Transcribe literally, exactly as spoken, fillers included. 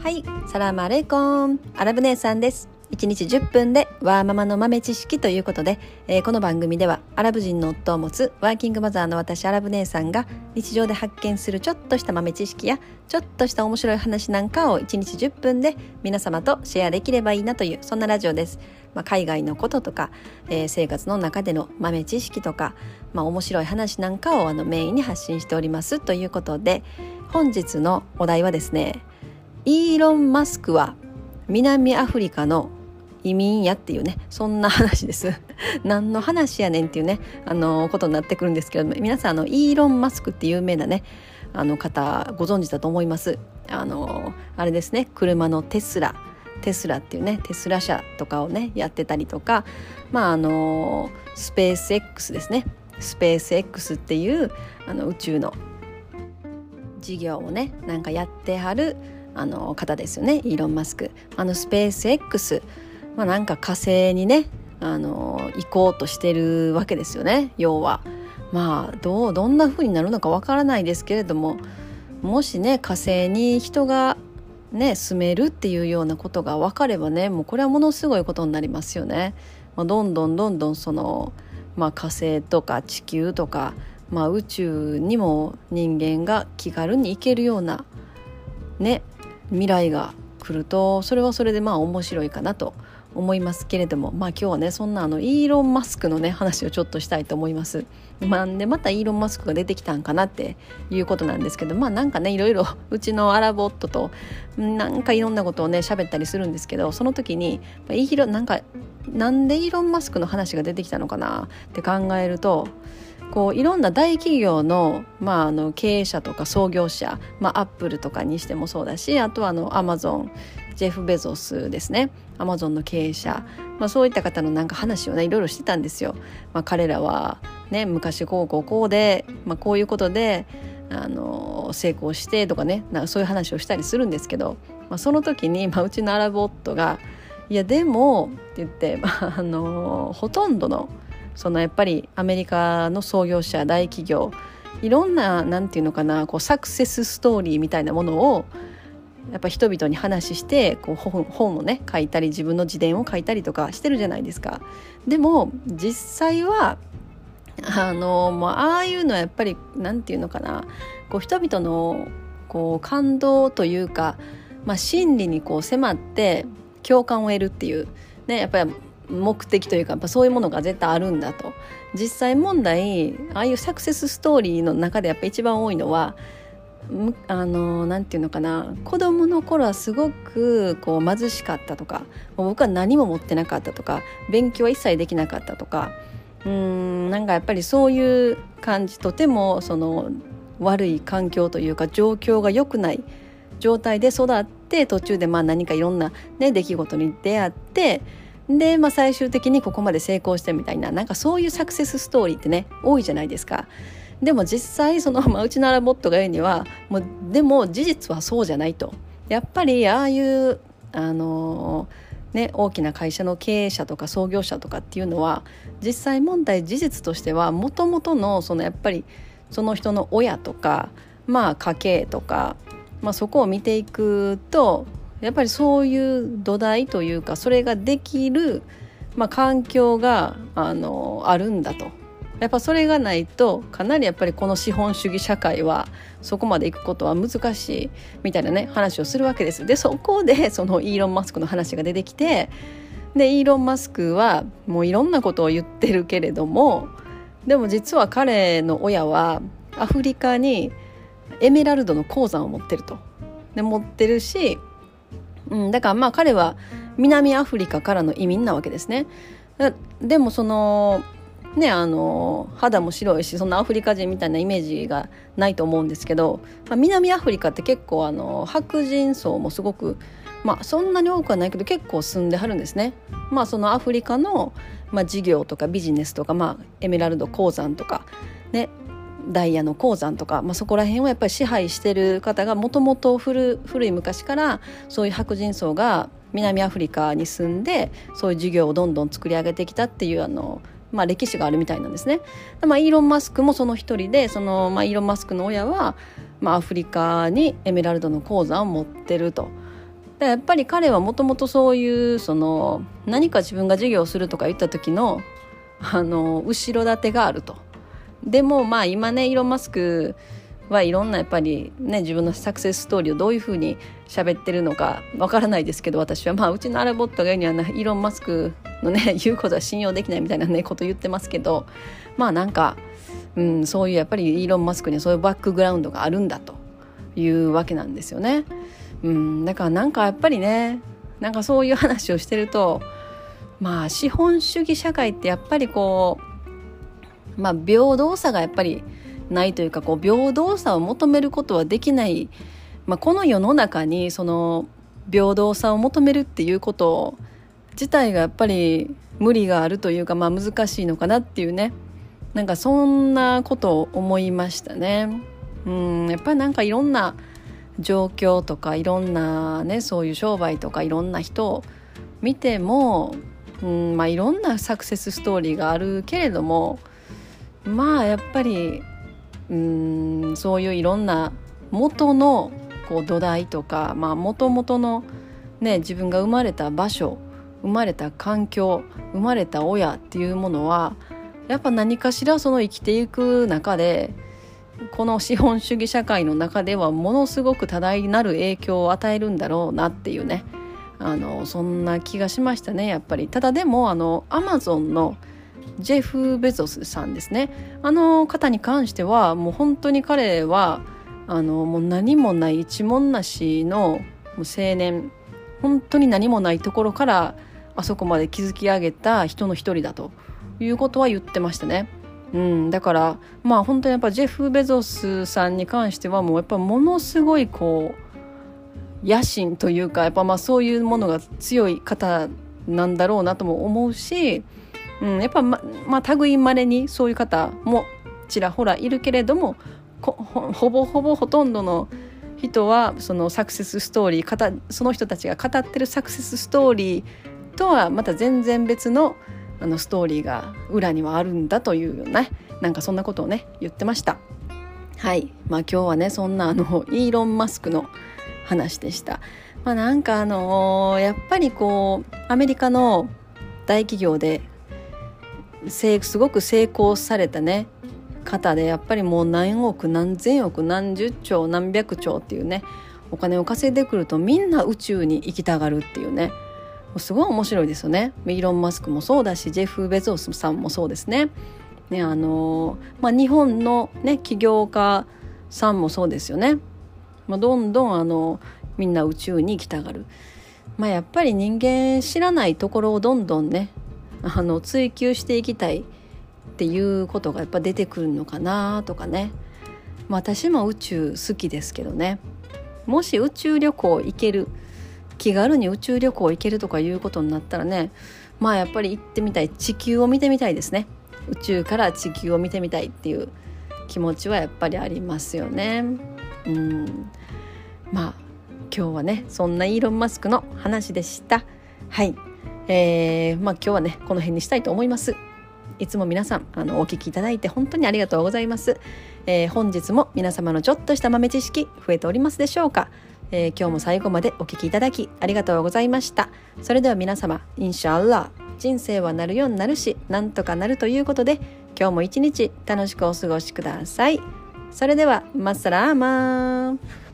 はい、サラームアレイコン、アラブ姉さんです。いちにちじゅっぷんでワーママの豆知識ということで、えー、この番組ではアラブ人の夫を持つワーキングマザーの私アラブ姉さんが日常で発見するちょっとした豆知識やちょっとした面白い話なんかをいちにちじゅっぷんで皆様とシェアできればいいなという、そんなラジオです。まあ、海外のこととか、えー、生活の中での豆知識とか、まあ、面白い話なんかをあのメインに発信しておりますということで、本日のお題はですね、イーロン・マスクは南アフリカの移民やっていうね、そんな話です何の話やねんっていうね、あのことになってくるんですけど、皆さんあのイーロン・マスクって有名なねあの方ご存知だと思います。あのあれですね、車のテスラテスラっていうね、テスラ社とかをねやってたりとか、まああのスペース X ですね、スペース X っていうあの宇宙の事業をねなんかやってはるあの方ですよね、イーロン・マスク。あのスペース X、まあ、なんか火星にねあの行こうとしてるわけですよね。要はまあどうどんな風になるのかわからないですけれども、もしね火星に人がね住めるっていうようなことが分かればね、もうこれはものすごいことになりますよね。まあ、どんどんどんどんその、まあ、火星とか地球とか、まあ、宇宙にも人間が気軽に行けるようなね未来が来ると、それはそれでまあ面白いかなと思いますけれども、まあ今日はねそんなあのイーロン・マスクのね話をちょっとしたいと思います。まあ、でまたイーロン・マスクが出てきたんかなっていうことなんですけど、まあなんかねいろいろうちのアラボットとなんかいろんなことをね喋ったりするんですけど、その時にイーロンなんかなんでイーロン・マスクの話が出てきたのかなって考えると、こういろんな大企業の、まあ、あの経営者とか創業者、まあ、アップルとかにしてもそうだし、あとはあのアマゾン、ジェフ・ベゾスですね、アマゾンの経営者、まあ、そういった方のなんか話をねいろいろしてたんですよ。まあ、彼らは、ね、昔こうこうこうで、まあ、こういうことであの成功してとかね、なんかそういう話をしたりするんですけど、まあ、その時に、まあ、うちのアラブ夫がいやでもって言って、まあ、あのほとんどのそのやっぱりアメリカの創業者大企業、いろんななんていうのかな、こうサクセスストーリーみたいなものをやっぱ人々に話して、こう 本, 本をね書いたり自分の自伝を書いたりとかしてるじゃないですか。でも実際はあのもうああいうのはやっぱりなんていうのかな、こう人々のこう感動というか、まあ、心理にこう迫って共感を得るっていうね、やっぱり目的というか、やっぱそういうものが絶対あるんだと。実際問題、ああいうサクセスストーリーの中でやっぱ一番多いのは、あのなんていうのかな、子供の頃はすごくこう貧しかったとか、僕は何も持ってなかったとか、勉強は一切できなかったとか、うーんなんかやっぱりそういう感じ、とてもその悪い環境というか状況が良くない状態で育って、途中でまあ何かいろんな、ね、出来事に出会って、で、まあ、最終的にここまで成功してみたいな、なんかそういうサクセスストーリーってね多いじゃないですか。でも実際その、まあ、うちのアラボットが言うにはもうでも事実はそうじゃないと。やっぱりああいうあのーね、大きな会社の経営者とか創業者とかっていうのは、実際問題事実としてはもともとのそのやっぱりその人の親とか、まあ、家系とか、まあ、そこを見ていくとやっぱりそういう土台というか、それができる、まあ、環境が あのあるんだと。やっぱそれがないとかなりやっぱりこの資本主義社会はそこまでいくことは難しいみたいなね話をするわけです。でそこでそのイーロン・マスクの話が出てきて、でイーロン・マスクはもういろんなことを言ってるけれども、でも実は彼の親はアフリカにエメラルドの鉱山を持ってると。で持ってるし、うん、だからまあ彼は南アフリカからの移民なわけですね。でもそのね、あの肌も白いし、そんなアフリカ人みたいなイメージがないと思うんですけど、まあ、南アフリカって結構あの白人層もすごく、まあ、そんなに多くはないけど結構住んではるんですね。まあそのアフリカの、まあ、事業とかビジネスとか、まあ、エメラルド鉱山とかね、ダイヤの鉱山とか、まあ、そこら辺をやっぱり支配してる方がもともと古い昔からそういう白人層が南アフリカに住んで、そういう事業をどんどん作り上げてきたっていうあの、まあ、歴史があるみたいなんですね。まあ、イーロン・マスクもその一人で、その、まあ、イーロン・マスクの親は、まあ、アフリカにエメラルドの鉱山を持ってると。 でやっぱり彼はもともとそういうその何か自分が事業をするとか言った時のあの後ろ盾があると。でもまあ今ねイーロン・マスクはいろんなやっぱりね自分のサクセスストーリーをどういうふうに喋ってるのかわからないですけど、私はまあうちのアラボットが言うには、ね、イーロン・マスクのね言うことは信用できないみたいなねこと言ってますけど、まあなんか、うん、そういうやっぱりイーロン・マスクにはそういうバックグラウンドがあるんだというわけなんですよね。うん、だからなんかやっぱりねなんかそういう話をしてると、まあ資本主義社会ってやっぱりこう、まあ、平等さがやっぱりないというか、こう平等さを求めることはできない、まあ、この世の中にその平等さを求めるっていうこと自体がやっぱり無理があるというか、まあ、難しいのかなっていうね、なんかそんなことを思いましたね。うん、やっぱりなんかいろんな状況とかいろんなねそういう商売とかいろんな人を見ても、うんまあ、いろんなサクセスストーリーがあるけれども、まあやっぱりうんそういういろんな元のこう土台とか、まあ、元々の、ね、自分が生まれた場所、生まれた環境、生まれた親っていうものはやっぱ何かしらその生きていく中でこの資本主義社会の中ではものすごく多大なる影響を与えるんだろうなっていうね、あのそんな気がしましたねやっぱり。ただでもあのアマゾンのジェフ・ベゾスさんですね、あの方に関してはもう本当に彼はあのもう何もない一文なしのもう青年、本当に何もないところからあそこまで築き上げた人の一人だということは言ってましたね。うん、だからまあ本当にやっぱジェフ・ベゾスさんに関してはもうやっぱものすごいこう野心というかやっぱまあそういうものが強い方なんだろうなとも思うし、うん、やっぱままあ類まれにそういう方もちらほらいるけれども、ほ, ほぼほぼほとんどの人はそのサクセスストーリー、その人たちが語ってるサクセスストーリーとはまた全然別のあのストーリーが裏にはあるんだというような、なんかそんなことをね言ってました。はい、まあ今日はねそんなあのイーロン・マスクの話でした。まあなんかあのー、やっぱりこうアメリカの大企業ですごく成功されたね方で、やっぱりもう何億何千億何十兆何百兆っていうねお金を稼いでくるとみんな宇宙に行きたがるっていうね、すごい面白いですよね。イーロン・マスクもそうだしジェフ・ベゾスさんもそうですね。ねあのまあ、日本の、ね、起業家さんもそうですよね。まあ、どんどんあのみんな宇宙に行きたがる。まあ、やっぱり人間知らないところをどんどんねあの追求していきたいっていうことがやっぱ出てくるのかなとかね。まあ、私も宇宙好きですけどね、もし宇宙旅行行ける、気軽に宇宙旅行行けるとかいうことになったらね、まあやっぱり行ってみたい、地球を見てみたいですね。宇宙から地球を見てみたいっていう気持ちはやっぱりありますよね。うん、まあ今日はねそんなイーロン・マスクの話でした。はい、えー、まあ今日はねこの辺にしたいと思います。いつも皆さんあのお聞きいただいて本当にありがとうございます。えー、本日も皆様のちょっとした豆知識増えておりますでしょうか。えー、今日も最後までお聞きいただきありがとうございました。それでは皆様インシャアラ人生はなるようになるしなんとかなるということで、今日も一日楽しくお過ごしください。それではマッサラーマー。